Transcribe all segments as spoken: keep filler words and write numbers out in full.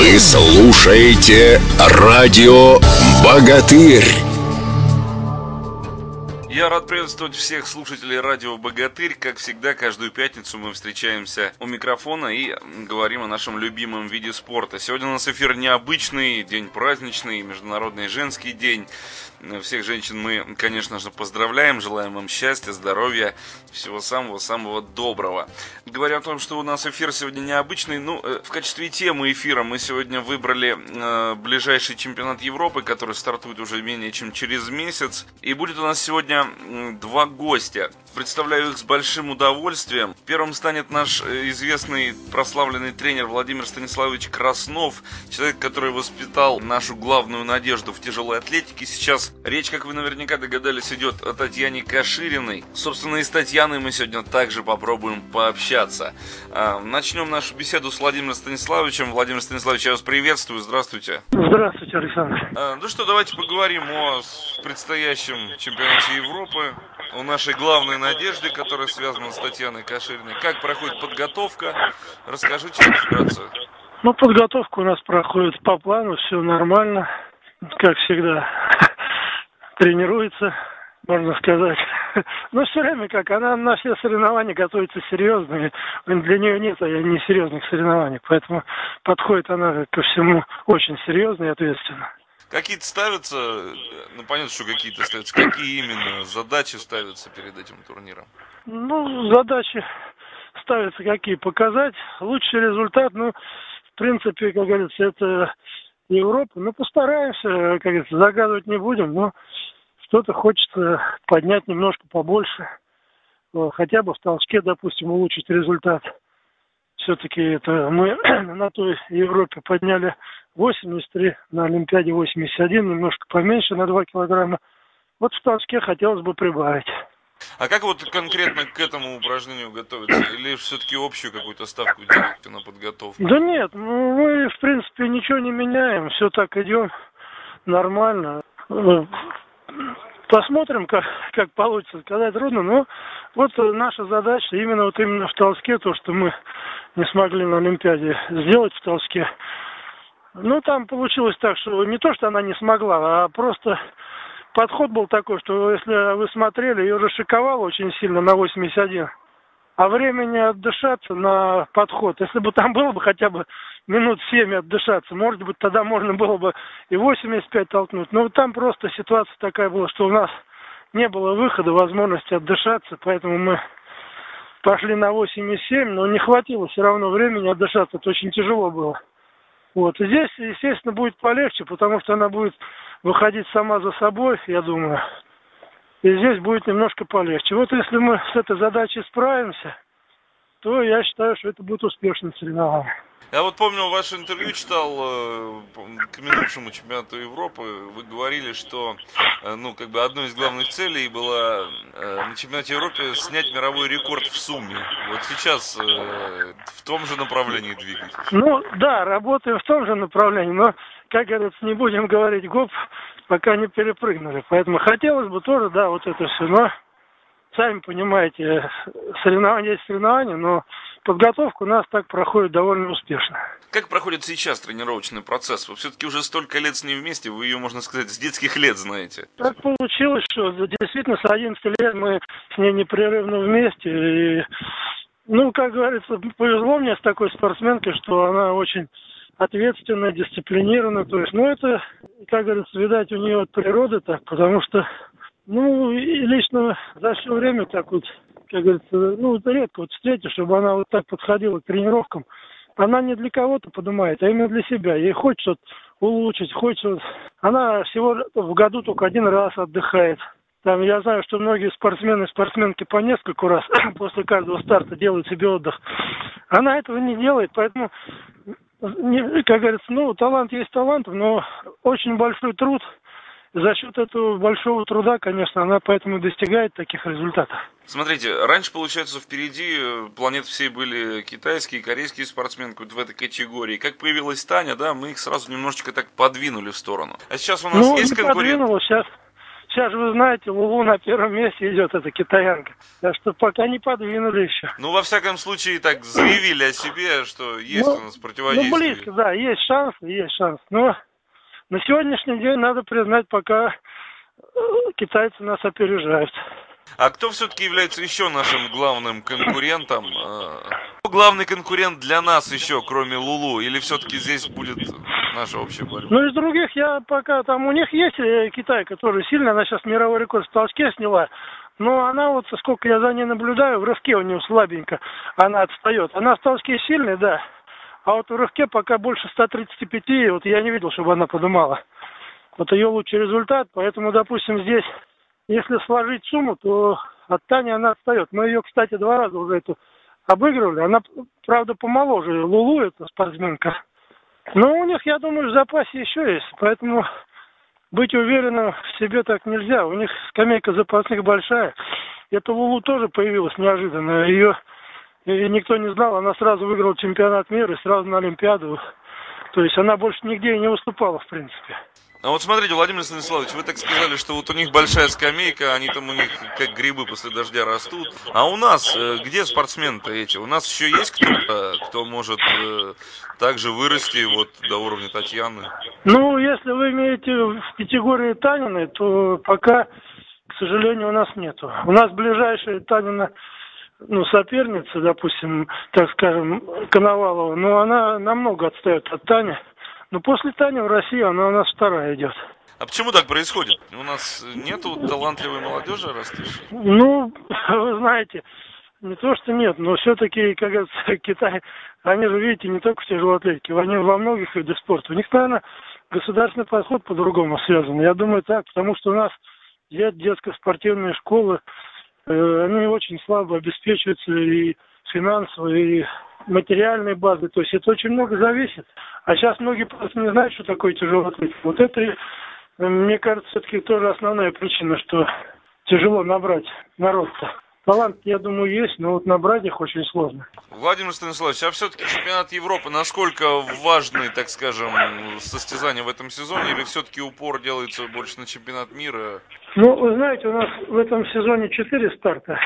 Вы слушаете радио «Богатырь». Я рад приветствовать всех слушателей радио «Богатырь». Как всегда, каждую пятницу мы встречаемся у микрофона и говорим о нашем любимом виде спорта. Сегодня у нас эфир необычный, день праздничный, Международный женский день. Всех женщин мы, конечно же, поздравляем, желаем им счастья, здоровья, всего самого-самого доброго. Говоря о том, что у нас эфир сегодня необычный, ну, в качестве темы эфира мы сегодня выбрали э, ближайший чемпионат Европы, который стартует уже менее чем через месяц. И будет у нас сегодня два гостя. Представляю их с большим удовольствием. Первым станет наш известный прославленный тренер Владимир Станиславович Краснов, человек, который воспитал нашу главную надежду в тяжелой атлетике. Сейчас речь, как вы наверняка догадались, идет о Татьяне Кашириной. Собственно, и с Татьяной мы сегодня также попробуем пообщаться. Начнем нашу беседу с Владимиром Станиславовичем. Владимир Станиславович, я вас приветствую. Здравствуйте. Здравствуйте, Александр. Ну что, давайте поговорим о предстоящем чемпионате Европы, о нашей главной надежде, которая связана с Татьяной Кашириной. Как проходит подготовка? Расскажите вкратце. Ну, подготовка у нас проходит по плану, все нормально, как всегда. Тренируется, можно сказать. Но все время как, она на все соревнования готовится серьезно, для нее нет несерьезных соревнований, поэтому подходит она ко всему очень серьезно и ответственно. Какие-то ставятся, ну понятно, что какие-то ставятся, какие именно задачи ставятся перед этим турниром? Ну, задачи ставятся какие? Показать лучший результат, ну, в принципе, как говорится, это Европа, ну, постараемся, как говорится, загадывать не будем, но что-то хочется поднять немножко побольше, хотя бы в толчке, допустим, улучшить результат. Все-таки это мы на той Европе подняли восемьдесят три, на Олимпиаде восемьдесят один, немножко поменьше на два килограмма. Вот в толчке хотелось бы прибавить. А как вот конкретно к этому упражнению готовиться? Или все-таки общую какую-то ставку делаете на подготовку? Да нет, ну, мы в принципе ничего не меняем, все так идем нормально. Посмотрим, как, как получится, сказать трудно, но вот наша задача именно вот именно в толчке, то, что мы не смогли на Олимпиаде сделать в толчке. Ну, там получилось так, что не то, что она не смогла, а просто подход был такой, что если вы смотрели, ее расшиковало очень сильно на восемьдесят один, а времени отдышаться на подход, если бы там было бы хотя бы минут семь отдышаться, может быть, тогда можно было бы и восемьдесят пять толкнуть. Но там просто ситуация такая была, что у нас не было выхода, возможности отдышаться, поэтому мы пошли на восемьдесят семь, но не хватило все равно времени отдышаться, это очень тяжело было. Вот, и здесь, естественно, будет полегче, потому что она будет выходить сама за собой, я думаю, и здесь будет немножко полегче. Вот если мы с этой задачей справимся, то я считаю, что это будет успешным соревнованием. Я вот помню, ваше интервью читал э, к минувшему чемпионату Европы. Вы говорили, что э, ну, как бы одной из главных целей было э, на чемпионате Европы снять мировой рекорд в сумме. Вот сейчас э, в том же направлении двигаетесь. Ну, да, работаем в том же направлении, но, как говорится, не будем говорить гоп, пока не перепрыгнули. Поэтому хотелось бы тоже, да, вот это все, но, сами понимаете, соревнования есть соревнования, но подготовка у нас так проходит довольно успешно. Как проходит сейчас тренировочный процесс? Вы все-таки уже столько лет с ней вместе, вы ее, можно сказать, с детских лет знаете. Так получилось, что действительно с одиннадцати лет мы с ней непрерывно вместе. И, ну, как говорится, повезло мне с такой спортсменкой, что она очень ответственная, дисциплинированная. То есть, ну, это, как говорится, видать, у нее от природы так, потому что, ну, и лично за все время так вот, как говорится, ну, редко вот встретишь, чтобы она вот так подходила к тренировкам. Она не для кого-то поднимает, а именно для себя. Ей хочется улучшить, хочется... Она всего в году только один раз отдыхает. Там, я знаю, что многие спортсмены и спортсменки по нескольку раз после каждого старта делают себе отдых. Она этого не делает, поэтому, как говорится, ну, талант есть талант, но очень большой труд. За счет этого большого труда, конечно, она поэтому достигает таких результатов. Смотрите, раньше, получается, впереди планеты всей были китайские, корейские спортсменки вот в этой категории. Как появилась Таня, да, мы их сразу немножечко так подвинули в сторону. А сейчас у нас ну, есть конкурент? Подвинуло, сейчас, сейчас же вы знаете, Лулу на первом месте идет, эта китаянка. Так что пока не подвинули еще. Ну, во всяком случае, так заявили о себе, что есть ну, у нас противодействие. Ну, близко, да, есть шанс, есть шанс. Но на сегодняшний день, надо признать, пока китайцы нас опережают. А кто все-таки является еще нашим главным конкурентом? Главный конкурент для нас еще, кроме Лулу? Или все-таки здесь будет наша общая борьба? Ну, из других я пока... Там у них есть Китай, который сильный. Она сейчас мировой рекорд в толчке сняла. Но она вот, сколько я за ней наблюдаю, в рывке у нее слабенько. Она отстает. Она в толчке сильная, да. А вот в рывке пока больше ста тридцати пяти. Вот я не видел, чтобы она поднимала. Вот ее лучший результат. Поэтому, допустим, здесь... Если сложить сумму, то от Тани она отстает. Мы ее, кстати, два раза уже эту обыгрывали. Она, правда, помоложе. Лулу, эта спортсменка. Но у них, я думаю, в запасе еще есть. Поэтому быть уверенным в себе так нельзя. У них скамейка запасных большая. Эта Лулу тоже появилась неожиданно. Ее никто не знал. Она сразу выиграла чемпионат мира и сразу на Олимпиаду. То есть она больше нигде и не выступала, в принципе. А вот смотрите, Владимир Станиславович, вы так сказали, что вот у них большая скамейка, они там у них как грибы после дождя растут. А у нас, где спортсмены-то эти? У нас еще есть кто-то, кто может э, также вырасти вот до уровня Татьяны? Ну, если вы имеете в категории Танины, то пока, к сожалению, у нас нету. У нас ближайшая Танина, ну, соперница, допустим, так скажем, Коновалова, но она намного отстает от Тани. Но после Тани в России она у нас вторая идет. А почему так происходит? У нас нету талантливой молодежи растущей? Ну, вы знаете, не то что нет, но все-таки, как говорится, Китай, они же, видите, не только в тяжелой атлетике, они во многих видах спорта. У них, наверное, государственный подход по-другому связан. Я думаю так, потому что у нас есть детско-спортивные школы, э, они очень слабо обеспечиваются и финансово, и материальной базы, то есть это очень много зависит. А сейчас многие просто не знают, что такое тяжелая атлетика. Вот это, мне кажется, все-таки тоже основная причина, что тяжело набрать народ-то. Талант, я думаю, есть, но вот набрать их очень сложно. Владимир Станиславович, а все-таки чемпионат Европы, насколько важны, так скажем, состязания в этом сезоне, или все-таки упор делается больше на чемпионат мира? Ну, вы знаете, у нас в этом сезоне четыре старта.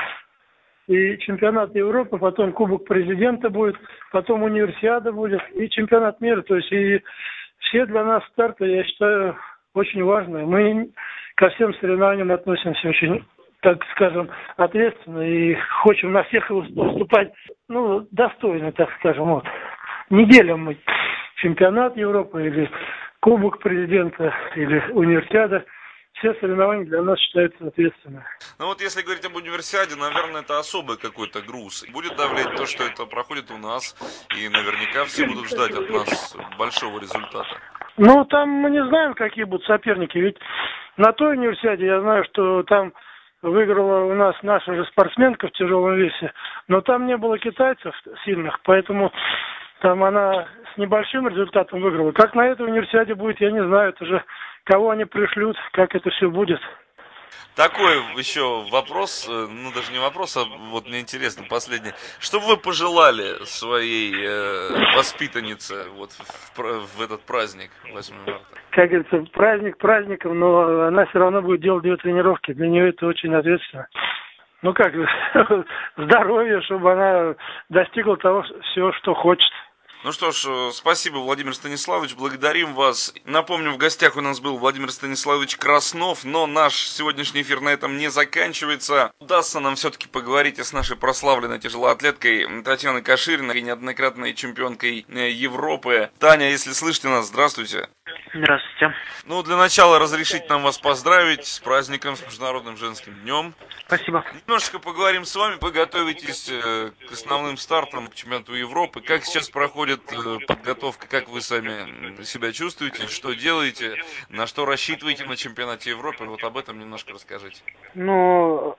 И чемпионат Европы, потом Кубок Президента будет, потом Универсиада будет, и чемпионат мира. То есть и все для нас старты, я считаю, очень важные. Мы ко всем соревнованиям относимся очень, так скажем, ответственно и хотим на всех выступать, ну, достойно, так скажем. Вот. Не делим мы чемпионат Европы или Кубок Президента или Универсиада. Все соревнования для нас считаются ответственными. Ну вот если говорить об универсиаде, наверное, это особый какой-то груз. Будет давлеть то, что это проходит у нас, и наверняка все будут ждать от нас большого результата. Ну, там мы не знаем, какие будут соперники. Ведь на той универсиаде я знаю, что там выиграла у нас наша же спортсменка в тяжелом весе, но там не было китайцев сильных, поэтому там она с небольшим результатом выиграла. Как на этой универсиаде будет, я не знаю. Это же кого они пришлют, как это все будет. Такой еще вопрос, ну даже не вопрос, а вот мне интересно, последний. Что бы вы пожелали своей э, воспитаннице вот в, в этот праздник восьмого марта? Как говорится, праздник праздником, но она все равно будет делать две тренировки. Для нее это очень ответственно. Ну как, здоровье, чтобы она достигла того всего, что хочет. Ну что ж, спасибо, Владимир Станиславович, благодарим вас. Напомню, в гостях у нас был Владимир Станиславович Краснов, но наш сегодняшний эфир на этом не заканчивается. Удастся нам все-таки поговорить и с нашей прославленной тяжелоатлеткой Татьяной Кашириной, неоднократной чемпионкой Европы. Таня, если слышите нас, здравствуйте. Здравствуйте. Ну, для начала разрешите нам вас поздравить с праздником, с Международным женским днем. Спасибо. Немножечко поговорим с вами. Вы готовитесь э, к основным стартам к чемпионату Европы. Как сейчас проходит э, подготовка? Как вы сами себя чувствуете? Что делаете? На что рассчитываете на чемпионате Европы? Вот об этом немножко расскажите. Ну,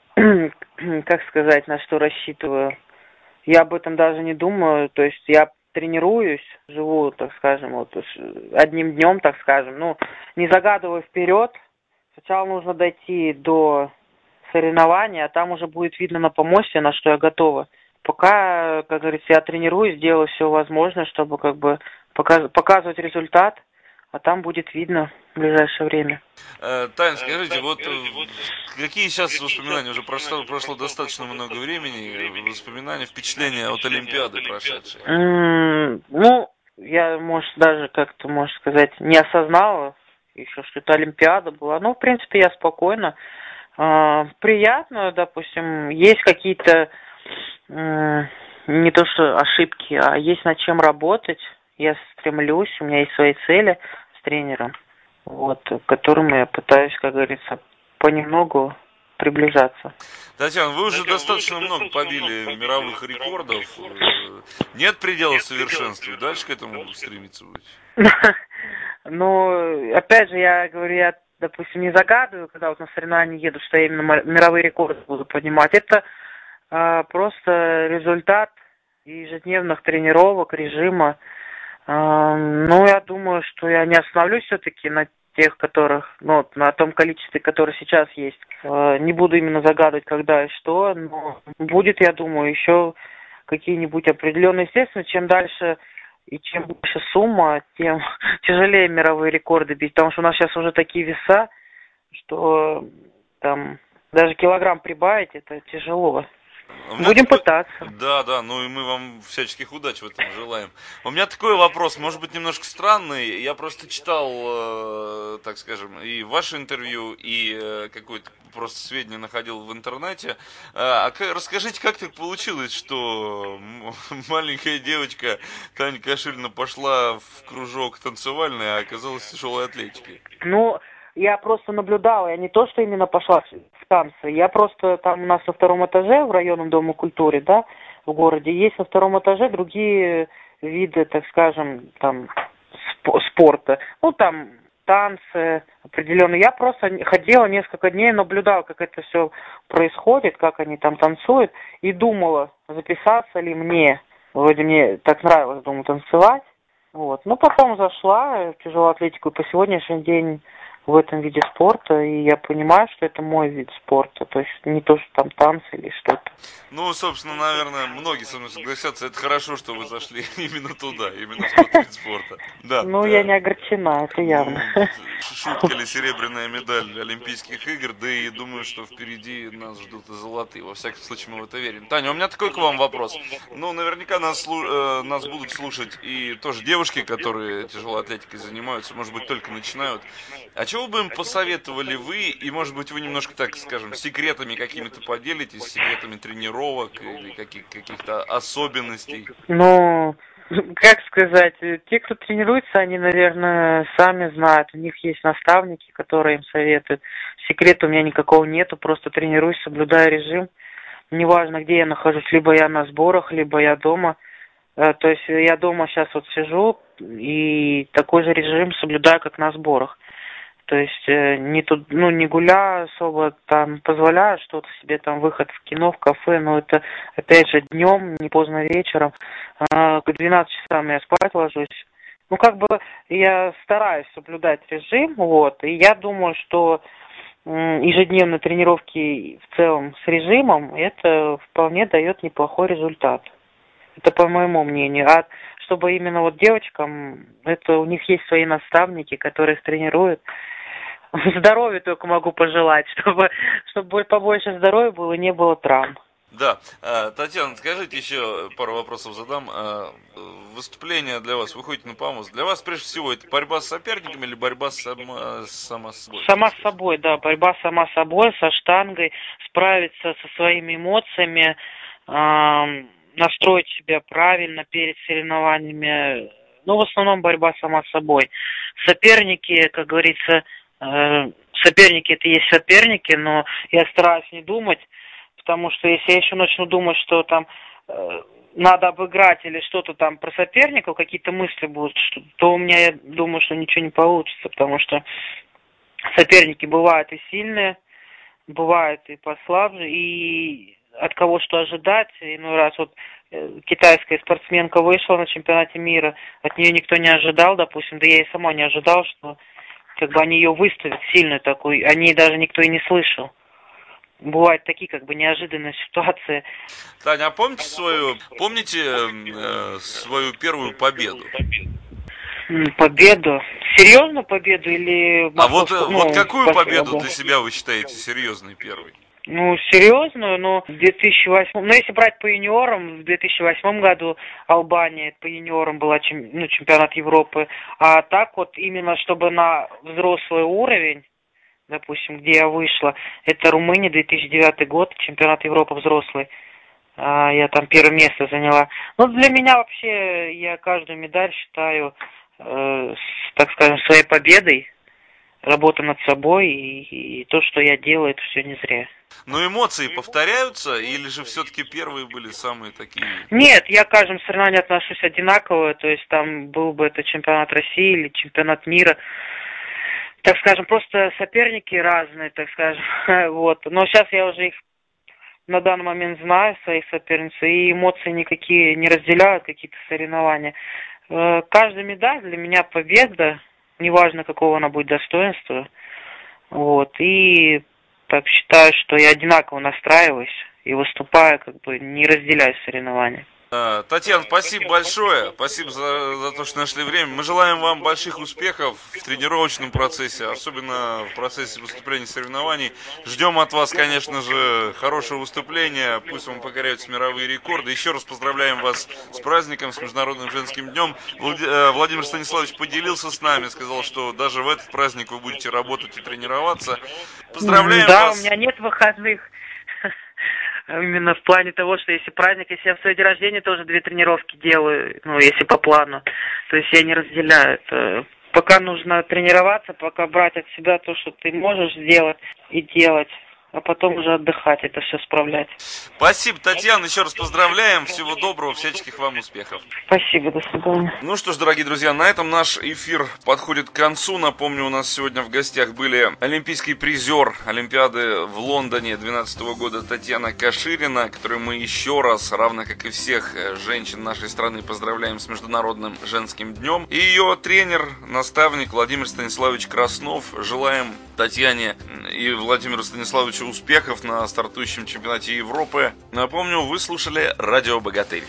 как сказать, на что рассчитываю? Я об этом даже не думаю. То есть я тренируюсь, живу, так скажем, вот одним днем, так скажем. Ну, не загадываю вперед. Сначала нужно дойти до соревнования, а там уже будет видно на помосте, на что я готова. Пока, как говорится, я тренируюсь, делаю все возможное, чтобы как бы показ- показывать результат. а там будет видно в ближайшее время. Э, Тань, скажите, вот э, какие сейчас воспоминания? Уже прошло, прошло достаточно много времени, воспоминания, впечатления от Олимпиады прошедшей. М, Ну, я, может, даже как-то, можно сказать, не осознала еще, что это Олимпиада была. Ну, в принципе, я спокойно. А, Приятно, допустим, есть какие-то м, не то что ошибки, а есть над чем работать. Я стремлюсь, у меня есть свои цели с тренером, вот, к которым я пытаюсь, как говорится, понемногу приближаться. Татьяна, вы уже достаточно много побили мировых рекордов. Э, Нет предела совершенству. Дальше к этому стремиться будете? Ну, опять же, я говорю, я, допустим, не загадываю, когда вот на соревнования еду, что я именно мо- мировые рекорды буду поднимать. Это а, просто результат ежедневных тренировок, режима. А, ну, я думаю, что я не остановлюсь все-таки на тех, которых, ну, вот на том количестве, которое сейчас есть. А, не буду именно загадывать, когда и что, но будет, я думаю, еще какие-нибудь определенные. Естественно, чем дальше и чем больше сумма, тем тяжелее мировые рекорды бить, потому что у нас сейчас уже такие веса, что там даже килограмм прибавить это тяжело. У меня Будем такой- пытаться. Да, да, ну и мы вам всяческих удач в этом желаем. У меня такой вопрос, может быть, немножко странный. Я просто читал, э, так скажем, и ваше интервью, и э, какое-то просто сведения находил в интернете. А, а ка- расскажите, как так получилось, что м- маленькая девочка Таня Каширина пошла в кружок танцевальный, а оказалась тяжелой атлетикой? Ну, я просто наблюдала, я не то, что именно пошла в танцы, я просто там у нас на втором этаже в районном доме культуры, да, в городе, есть на втором этаже другие виды, так скажем, там, сп- спорта. Ну, там, танцы определенные. Я просто ходила несколько дней, наблюдала, как это все происходит, как они там танцуют, и думала, записаться ли мне. Вроде мне так нравилось, думаю, танцевать. Вот. Ну, потом зашла в тяжелую атлетику, и по сегодняшний день в этом виде спорта, и я понимаю, что это мой вид спорта, то есть не то, что там танцы или что-то. Ну, собственно, наверное, многие со мной согласятся. Это хорошо, что вы зашли именно туда, именно в тот вид спорта. Да, Ну, я да. не огорчена, это Ну, явно. шутка ли, серебряная медаль Олимпийских игр, да и думаю, что впереди нас ждут и золотые. Во всяком случае, мы в это верим. Таня, у меня такой к вам вопрос. Ну, наверняка нас, слу- э, нас будут слушать и тоже девушки, которые тяжелой атлетикой занимаются, может быть, только начинают. А чего бы им посоветовали вы, и, может быть, вы немножко, так скажем, секретами какими-то поделитесь, секретами тренировок или каких- каких-то особенностей? Ну, как сказать, те, кто тренируется, они, наверное, сами знают. У них есть наставники, которые им советуют. Секрета у меня никакого нету, просто тренируюсь, соблюдаю режим. Неважно, где я нахожусь, либо я на сборах, либо я дома. Э, То есть я дома сейчас вот сижу и такой же режим соблюдаю, как на сборах. То есть э, не тут, ну, не гуляю особо, там позволяю что-то себе, там выход в кино, в кафе, но это опять же днем, не поздно вечером. А, к двенадцати часам я спать ложусь. Ну, как бы я стараюсь соблюдать режим, вот, и я думаю, что м, ежедневные тренировки в целом с режимом, это вполне дает неплохой результат. Это по моему мнению. А чтобы именно вот девочкам, это у них есть свои наставники, которые их тренируют. Здоровья только могу пожелать, чтобы, чтобы побольше здоровья было и не было травм. Да, Э, Татьяна, скажите еще пару вопросов задам. Э, Выступление для вас, вы ходите на помост. Для вас, прежде всего, это борьба с соперниками или борьба сама, сама с собой? Сама с собой, да, борьба сама с собой, со штангой, справиться со своими эмоциями, эм, настроить себя правильно перед соревнованиями. Ну, в основном борьба сама с собой. Соперники, как говорится, э, соперники это и есть соперники, но я стараюсь не думать, потому что если я еще начну думать, что там э, надо обыграть или что-то там про соперников, какие-то мысли будут, что- то у меня, я думаю, что ничего не получится, потому что соперники бывают и сильные, бывают и послабже, и от кого что ожидать. Иной раз вот э, китайская спортсменка вышла на чемпионате мира, от нее никто не ожидал, допустим, да я и сама не ожидал, что как бы они ее выставят сильную такую, о ней даже никто и не слышал. Бывают такие как бы неожиданные ситуации. Таня, а помните свою, помните э, свою первую победу? М, Победу серьезную победу или... А вот, ну, вот какую спасибо, победу да. для себя вы считаете серьезной первой? Ну, серьезную, но в две тысячи восьмом, ну, если брать по юниорам, в две тысячи восьмом году Албания по юниорам была чем, ну, чемпионат Европы, а так вот именно, чтобы на взрослый уровень, допустим, где я вышла, это Румыния, две тысячи девятый год, чемпионат Европы взрослый, а, я там первое место заняла. Ну, для меня вообще, я каждую медаль считаю, э, с, так скажем, своей победой, работа над собой, и, и то, что я делаю, это все не зря. Но эмоции повторяются, или же все-таки первые были самые такие? Нет, я к каждому соревнованию отношусь одинаково, то есть там был бы это чемпионат России или чемпионат мира, так скажем, просто соперники разные, так скажем, вот. Но сейчас я уже их на данный момент знаю, своих соперниц, и эмоции никакие не разделяют, какие-то соревнования. Каждая медаль для меня победа, неважно, какого она будет достоинства, вот, и так считаю, что я одинаково настраиваюсь и выступаю, как бы не разделяю соревнования. Татьяна, спасибо большое. Спасибо за, за то, что нашли время. Мы желаем вам больших успехов в тренировочном процессе, особенно в процессе выступлений соревнований. Ждем от вас, конечно же, хорошего выступления. Пусть вам покоряются мировые рекорды. Еще раз поздравляем вас с праздником, с Международным женским днем. Владимир Станиславович поделился с нами, сказал, что даже в этот праздник вы будете работать и тренироваться. Поздравляем да, вас. Да, у меня нет выходных. Именно в плане того, что если праздник, если я в свой день рождения тоже две тренировки делаю, ну, если по плану, то есть я не разделяю это. Пока нужно тренироваться, пока брать от себя то, что ты можешь сделать и делать, а потом уже отдыхать, это все справлять. Спасибо, Татьяна, еще раз поздравляем, всего доброго, всяческих вам успехов. Спасибо, до свидания. Ну что ж, дорогие друзья, на этом наш эфир подходит к концу. Напомню, у нас сегодня в гостях были олимпийский призер Олимпиады в Лондоне две тысячи двенадцатого года Татьяна Каширина, которую мы еще раз, равно как и всех женщин нашей страны, поздравляем с Международным женским днем. И ее тренер, наставник Владимир Станиславович Краснов. Желаем Татьяне и Владимиру Станиславовичу успехов на стартующем чемпионате Европы. Напомню, вы слушали Радио Богатырь.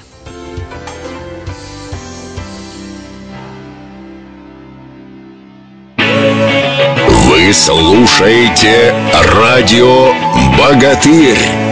Вы слушаете Радио Богатырь.